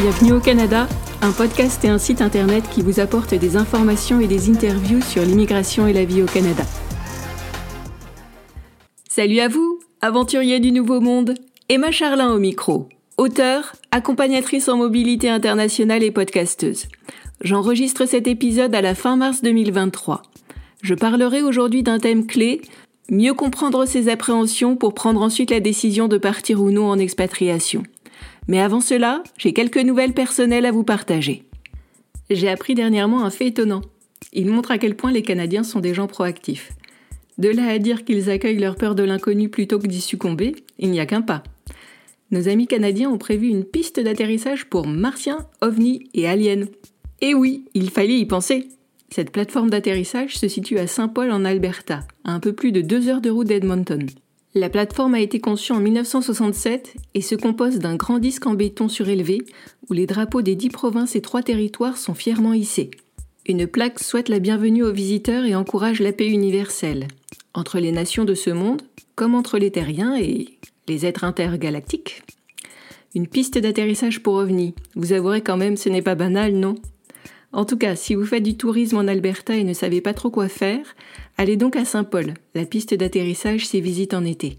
Bienvenue au Canada, un podcast et un site internet qui vous apporte des informations et des interviews sur l'immigration et la vie au Canada. Salut à vous, aventuriers du Nouveau Monde, Emma Charlin au micro, auteure, accompagnatrice en mobilité internationale et podcasteuse. J'enregistre cet épisode à la fin mars 2023. Je parlerai aujourd'hui d'un thème clé, mieux comprendre ses appréhensions pour prendre ensuite la décision de partir ou non en expatriation. Mais avant cela, j'ai quelques nouvelles personnelles à vous partager. J'ai appris dernièrement un fait étonnant. Il montre à quel point les Canadiens sont des gens proactifs. De là à dire qu'ils accueillent leur peur de l'inconnu plutôt que d'y succomber, il n'y a qu'un pas. Nos amis canadiens ont prévu une piste d'atterrissage pour martiens, ovnis et aliens. Et oui, il fallait y penser. Cette plateforme d'atterrissage se situe à Saint-Paul en Alberta, à un peu plus de 2 heures de route d'Edmonton. La plateforme a été conçue en 1967 et se compose d'un grand disque en béton surélevé où les drapeaux des 10 provinces et 3 territoires sont fièrement hissés. Une plaque souhaite la bienvenue aux visiteurs et encourage la paix universelle, entre les nations de ce monde, comme entre les terriens et les êtres intergalactiques. Une piste d'atterrissage pour ovnis, vous avouerez quand même ce n'est pas banal, non ? En tout cas, si vous faites du tourisme en Alberta et ne savez pas trop quoi faire, allez donc à Saint-Paul. La piste d'atterrissage s'y visite en été.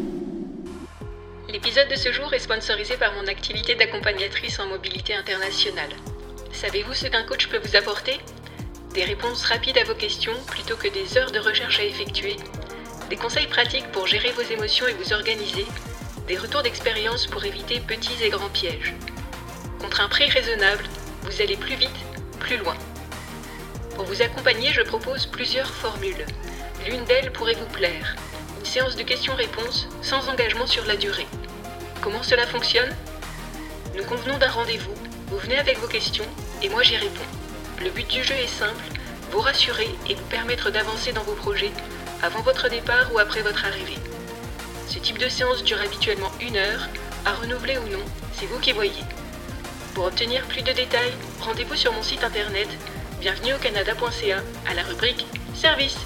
L'épisode de ce jour est sponsorisé par mon activité d'accompagnatrice en mobilité internationale. Savez-vous ce qu'un coach peut vous apporter ? Des réponses rapides à vos questions plutôt que des heures de recherche à effectuer, des conseils pratiques pour gérer vos émotions et vous organiser, des retours d'expérience pour éviter petits et grands pièges. Contre un prix raisonnable, vous allez plus vite, plus loin. Pour vous accompagner, je propose plusieurs formules. L'une d'elles pourrait vous plaire. Une séance de questions-réponses sans engagement sur la durée. Comment cela fonctionne ? Nous convenons d'un rendez-vous, vous venez avec vos questions et moi j'y réponds. Le but du jeu est simple, vous rassurer et vous permettre d'avancer dans vos projets avant votre départ ou après votre arrivée. Ce type de séance dure habituellement 1 heure, à renouveler ou non, c'est vous qui voyez. Pour obtenir plus de détails, rendez-vous sur mon site internet bienvenueaucanada.ca à la rubrique Service.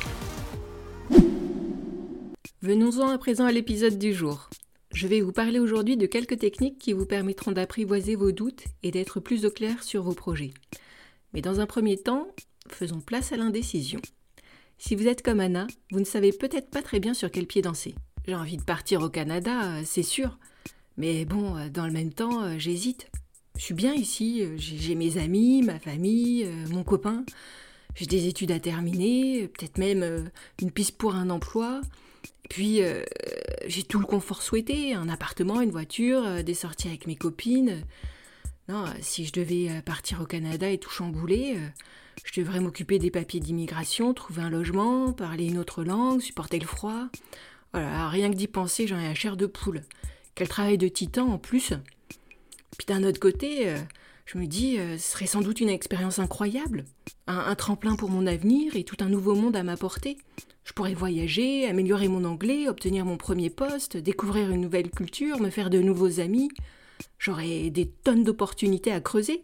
Venons-en à présent à l'épisode du jour. Je vais vous parler aujourd'hui de quelques techniques qui vous permettront d'apprivoiser vos doutes et d'être plus au clair sur vos projets. Mais dans un premier temps, faisons place à l'indécision. Si vous êtes comme Anna, vous ne savez peut-être pas très bien sur quel pied danser. J'ai envie de partir au Canada, c'est sûr. Mais bon, dans le même temps, j'hésite. Je suis bien ici, j'ai mes amis, ma famille, mon copain. J'ai des études à terminer, peut-être même une piste pour un emploi. Puis, j'ai tout le confort souhaité, un appartement, une voiture, des sorties avec mes copines. Non, si je devais partir au Canada et tout chambouler, je devrais m'occuper des papiers d'immigration, trouver un logement, parler une autre langue, supporter le froid. Voilà, rien que d'y penser, j'en ai la chair de poule. Quel travail de titan en plus. Puis d'un autre côté, je me dis, ce serait sans doute une expérience incroyable, un tremplin pour mon avenir et tout un nouveau monde à m'apporter. Je pourrais voyager, améliorer mon anglais, obtenir mon premier poste, découvrir une nouvelle culture, me faire de nouveaux amis. J'aurais des tonnes d'opportunités à creuser.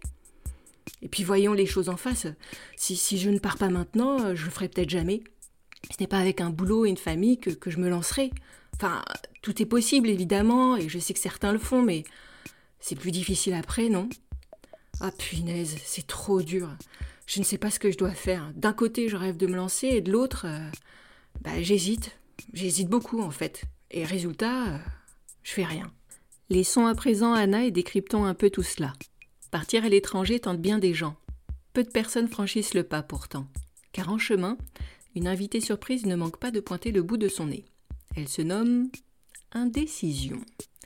Et puis voyons les choses en face. Si je ne pars pas maintenant, je le ferai peut-être jamais. Ce n'est pas avec un boulot et une famille que je me lancerai. Enfin, tout est possible évidemment, et je sais que certains le font, mais c'est plus difficile après, non ? Ah punaise, c'est trop dur. Je ne sais pas ce que je dois faire. D'un côté, je rêve de me lancer, et de l'autre, j'hésite. J'hésite beaucoup, en fait. Et résultat, je fais rien. Laissons à présent Anna et décryptons un peu tout cela. Partir à l'étranger tente bien des gens. Peu de personnes franchissent le pas, pourtant. Car en chemin, une invitée surprise ne manque pas de pointer le bout de son nez. Elle se nomme indécision.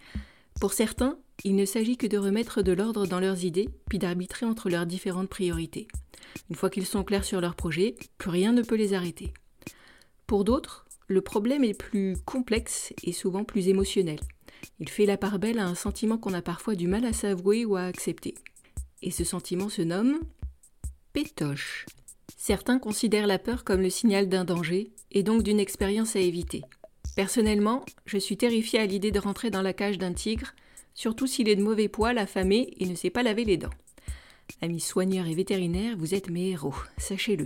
Pour certains, il ne s'agit que de remettre de l'ordre dans leurs idées, puis d'arbitrer entre leurs différentes priorités. Une fois qu'ils sont clairs sur leur projet, plus rien ne peut les arrêter. Pour d'autres, le problème est plus complexe et souvent plus émotionnel. Il fait la part belle à un sentiment qu'on a parfois du mal à s'avouer ou à accepter. Et ce sentiment se nomme pétoche. Certains considèrent la peur comme le signal d'un danger et donc d'une expérience à éviter. Personnellement, je suis terrifiée à l'idée de rentrer dans la cage d'un tigre, surtout s'il est de mauvais poil, affamé et ne sait pas laver les dents. Amis soigneurs et vétérinaires, vous êtes mes héros, sachez-le.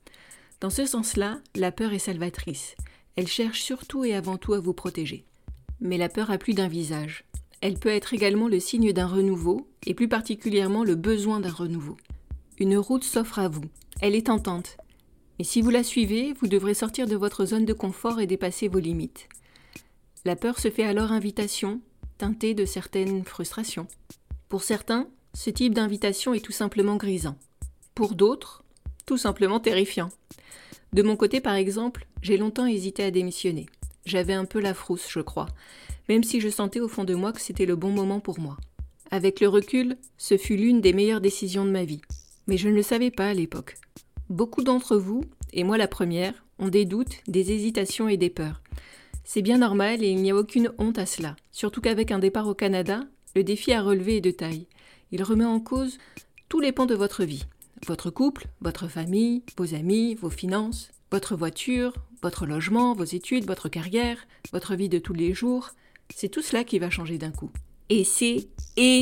Dans ce sens-là, la peur est salvatrice. Elle cherche surtout et avant tout à vous protéger. Mais la peur a plus d'un visage. elle peut être également le signe d'un renouveau, et plus particulièrement le besoin d'un renouveau. Une route s'offre à vous, elle est tentante. Mais si vous la suivez, vous devrez sortir de votre zone de confort et dépasser vos limites. La peur se fait alors invitation, teintée de certaines frustrations. Pour certains, ce type d'invitation est tout simplement grisant. Pour d'autres, tout simplement terrifiant. De mon côté, par exemple, j'ai longtemps hésité à démissionner. J'avais un peu la frousse, je crois, même si je sentais au fond de moi que c'était le bon moment pour moi. Avec le recul, ce fut l'une des meilleures décisions de ma vie. Mais je ne le savais pas à l'époque. Beaucoup d'entre vous, et moi la première, ont des doutes, des hésitations et des peurs. C'est bien normal et il n'y a aucune honte à cela, surtout qu'avec un départ au Canada, le défi à relever est de taille. Il remet en cause tous les pans de votre vie. Votre couple, votre famille, vos amis, vos finances, votre voiture, votre logement, vos études, votre carrière, votre vie de tous les jours. C'est tout cela qui va changer d'un coup. Et c'est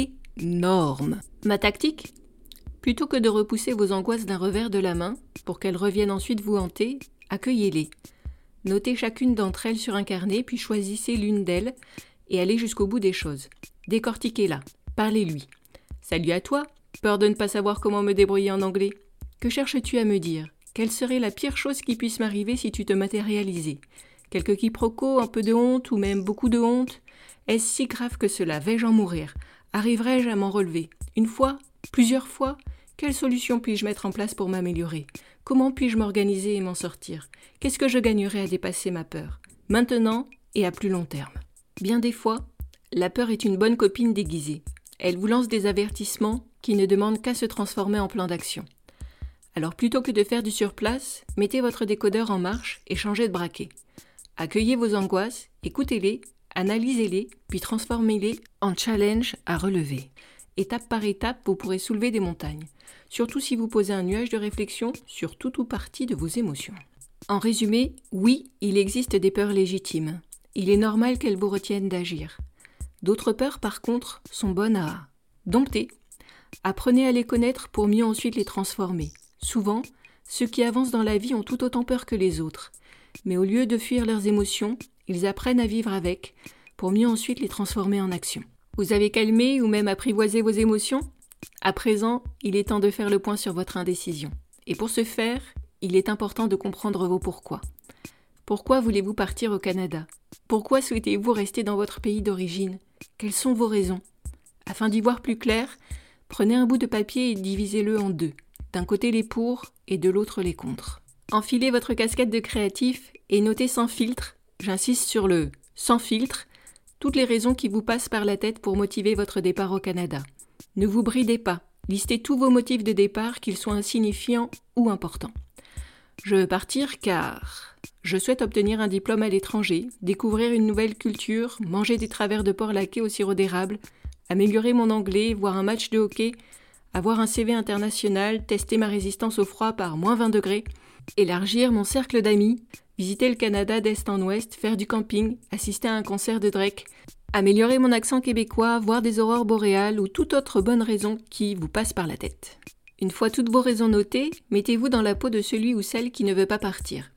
énorme. Ma tactique ? Plutôt que de repousser vos angoisses d'un revers de la main, pour qu'elles reviennent ensuite vous hanter, accueillez-les. Notez chacune d'entre elles sur un carnet, puis choisissez l'une d'elles et allez jusqu'au bout des choses. Décortiquez-la, parlez-lui. Salut à toi, peur de ne pas savoir comment me débrouiller en anglais. Que cherches-tu à me dire ? Quelle serait la pire chose qui puisse m'arriver si tu te matérialisais ? Quelques quiproquos, un peu de honte ou même beaucoup de honte ? Est-ce si grave que cela ? Vais-je en mourir ? Arriverai-je à m'en relever ? Une fois ? Plusieurs fois ? Quelle solution puis-je mettre en place pour m'améliorer ? Comment puis-je m'organiser et m'en sortir ? Qu'est-ce que je gagnerais à dépasser ma peur ? Maintenant et à plus long terme. Bien des fois, la peur est une bonne copine déguisée. Elle vous lance des avertissements qui ne demandent qu'à se transformer en plan d'action. Alors plutôt que de faire du surplace, mettez votre décodeur en marche et changez de braquet. Accueillez vos angoisses, écoutez-les, analysez-les, puis transformez-les en challenge à relever. Étape par étape, vous pourrez soulever des montagnes, surtout si vous posez un nuage de réflexion sur toute ou partie de vos émotions. En résumé, oui, il existe des peurs légitimes. Il est normal qu'elles vous retiennent d'agir. D'autres peurs, par contre, sont bonnes à dompter. Apprenez à les connaître pour mieux ensuite les transformer. Souvent, ceux qui avancent dans la vie ont tout autant peur que les autres. Mais au lieu de fuir leurs émotions, ils apprennent à vivre avec, pour mieux ensuite les transformer en action. Vous avez calmé ou même apprivoisé vos émotions ? À présent, il est temps de faire le point sur votre indécision. Et pour ce faire, il est important de comprendre vos pourquoi. Pourquoi voulez-vous partir au Canada ? Pourquoi souhaitez-vous rester dans votre pays d'origine ? Quelles sont vos raisons ? Afin d'y voir plus clair, prenez un bout de papier et divisez-le en deux. D'un côté les pour et de l'autre les contre. Enfilez votre casquette de créatif et notez sans filtre, j'insiste sur le sans filtre, toutes les raisons qui vous passent par la tête pour motiver votre départ au Canada. Ne vous bridez pas, listez tous vos motifs de départ, qu'ils soient insignifiants ou importants. Je veux partir car je souhaite obtenir un diplôme à l'étranger, découvrir une nouvelle culture, manger des travers de porc laqués au sirop d'érable, améliorer mon anglais, voir un match de hockey, avoir un CV international, tester ma résistance au froid par -20 degrés, élargir mon cercle d'amis, visiter le Canada d'est en ouest, faire du camping, assister à un concert de Drake, améliorer mon accent québécois, voir des aurores boréales ou toute autre bonne raison qui vous passe par la tête. Une fois toutes vos raisons notées, mettez-vous dans la peau de celui ou celle qui ne veut pas partir.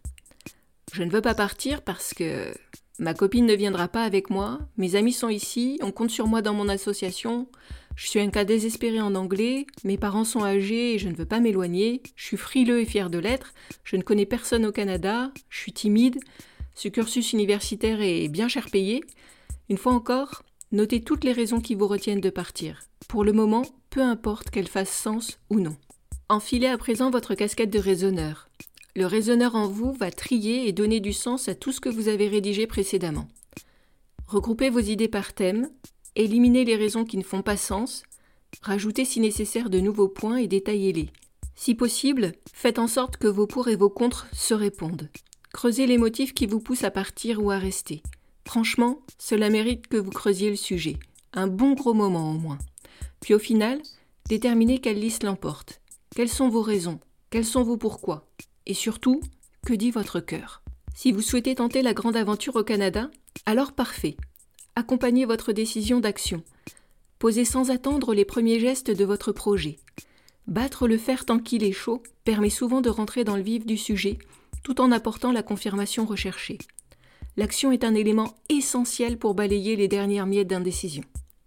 Je ne veux pas partir parce que ma copine ne viendra pas avec moi, mes amis sont ici, on compte sur moi dans mon association, je suis un cas désespéré en anglais, mes parents sont âgés et je ne veux pas m'éloigner, je suis frileux et fier de l'être, je ne connais personne au Canada, je suis timide, ce cursus universitaire est bien cher payé. Une fois encore, notez toutes les raisons qui vous retiennent de partir. Pour le moment, peu importe qu'elles fassent sens ou non. Enfilez à présent votre casquette de raisonneur. Le raisonneur en vous va trier et donner du sens à tout ce que vous avez rédigé précédemment. Regroupez vos idées par thème, éliminez les raisons qui ne font pas sens, rajoutez si nécessaire de nouveaux points et détaillez-les. Si possible, faites en sorte que vos pour et vos contre se répondent. Creusez les motifs qui vous poussent à partir ou à rester. Franchement, cela mérite que vous creusiez le sujet. Un bon gros moment au moins. Puis au final, déterminez quelle liste l'emporte. Quelles sont vos raisons ? Quels sont vos pourquoi ? Et surtout, que dit votre cœur ? Si vous souhaitez tenter la grande aventure au Canada, alors parfait. Accompagnez votre décision d'action. Posez sans attendre les premiers gestes de votre projet. Battre le fer tant qu'il est chaud permet souvent de rentrer dans le vif du sujet, tout en apportant la confirmation recherchée. L'action est un élément essentiel pour balayer les dernières miettes d'indécision.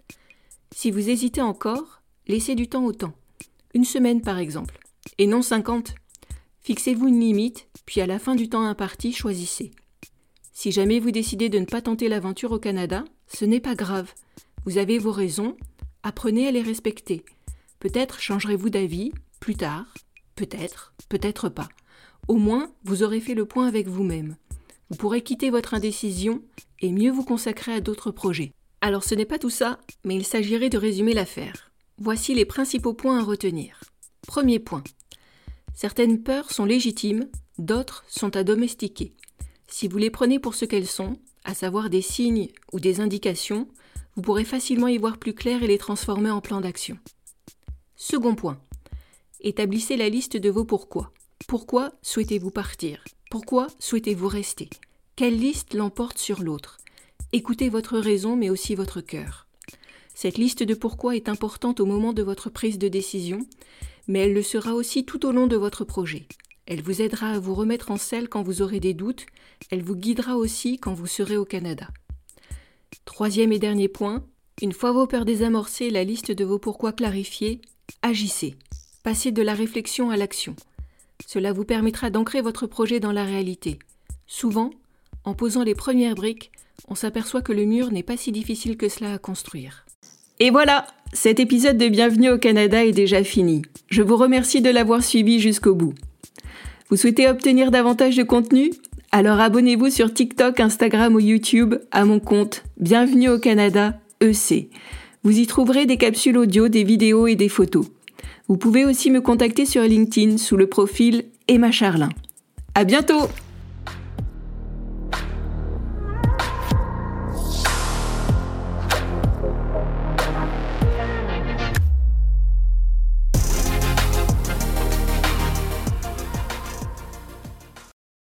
Si vous hésitez encore, laissez du temps au temps. 1 semaine par exemple, et non 50. Fixez-vous une limite, puis à la fin du temps imparti, choisissez. Si jamais vous décidez de ne pas tenter l'aventure au Canada, ce n'est pas grave. Vous avez vos raisons, apprenez à les respecter. Peut-être changerez-vous d'avis, plus tard, peut-être pas. Au moins, vous aurez fait le point avec vous-même. Vous pourrez quitter votre indécision et mieux vous consacrer à d'autres projets. Alors ce n'est pas tout ça, mais il s'agirait de résumer l'affaire. Voici les principaux points à retenir. Premier point. Certaines peurs sont légitimes, d'autres sont à domestiquer. Si vous les prenez pour ce qu'elles sont, à savoir des signes ou des indications, vous pourrez facilement y voir plus clair et les transformer en plan d'action. Second point. Établissez la liste de vos pourquoi. Pourquoi souhaitez-vous partir ? Pourquoi souhaitez-vous rester ? Quelle liste l'emporte sur l'autre ? Écoutez votre raison mais aussi votre cœur. Cette liste de pourquoi est importante au moment de votre prise de décision, mais elle le sera aussi tout au long de votre projet. Elle vous aidera à vous remettre en selle quand vous aurez des doutes, elle vous guidera aussi quand vous serez au Canada. Troisième et dernier point, une fois vos peurs désamorcées et la liste de vos pourquoi clarifiée, agissez. Passez de la réflexion à l'action. Cela vous permettra d'ancrer votre projet dans la réalité. Souvent, en posant les premières briques, on s'aperçoit que le mur n'est pas si difficile que cela à construire. Et voilà, cet épisode de Bienvenue au Canada est déjà fini. Je vous remercie de l'avoir suivi jusqu'au bout. Vous souhaitez obtenir davantage de contenu ? Alors abonnez-vous sur TikTok, Instagram ou YouTube à mon compte Bienvenue au Canada EC. Vous y trouverez des capsules audio, des vidéos et des photos. Vous pouvez aussi me contacter sur LinkedIn sous le profil Emma Charlin. À bientôt!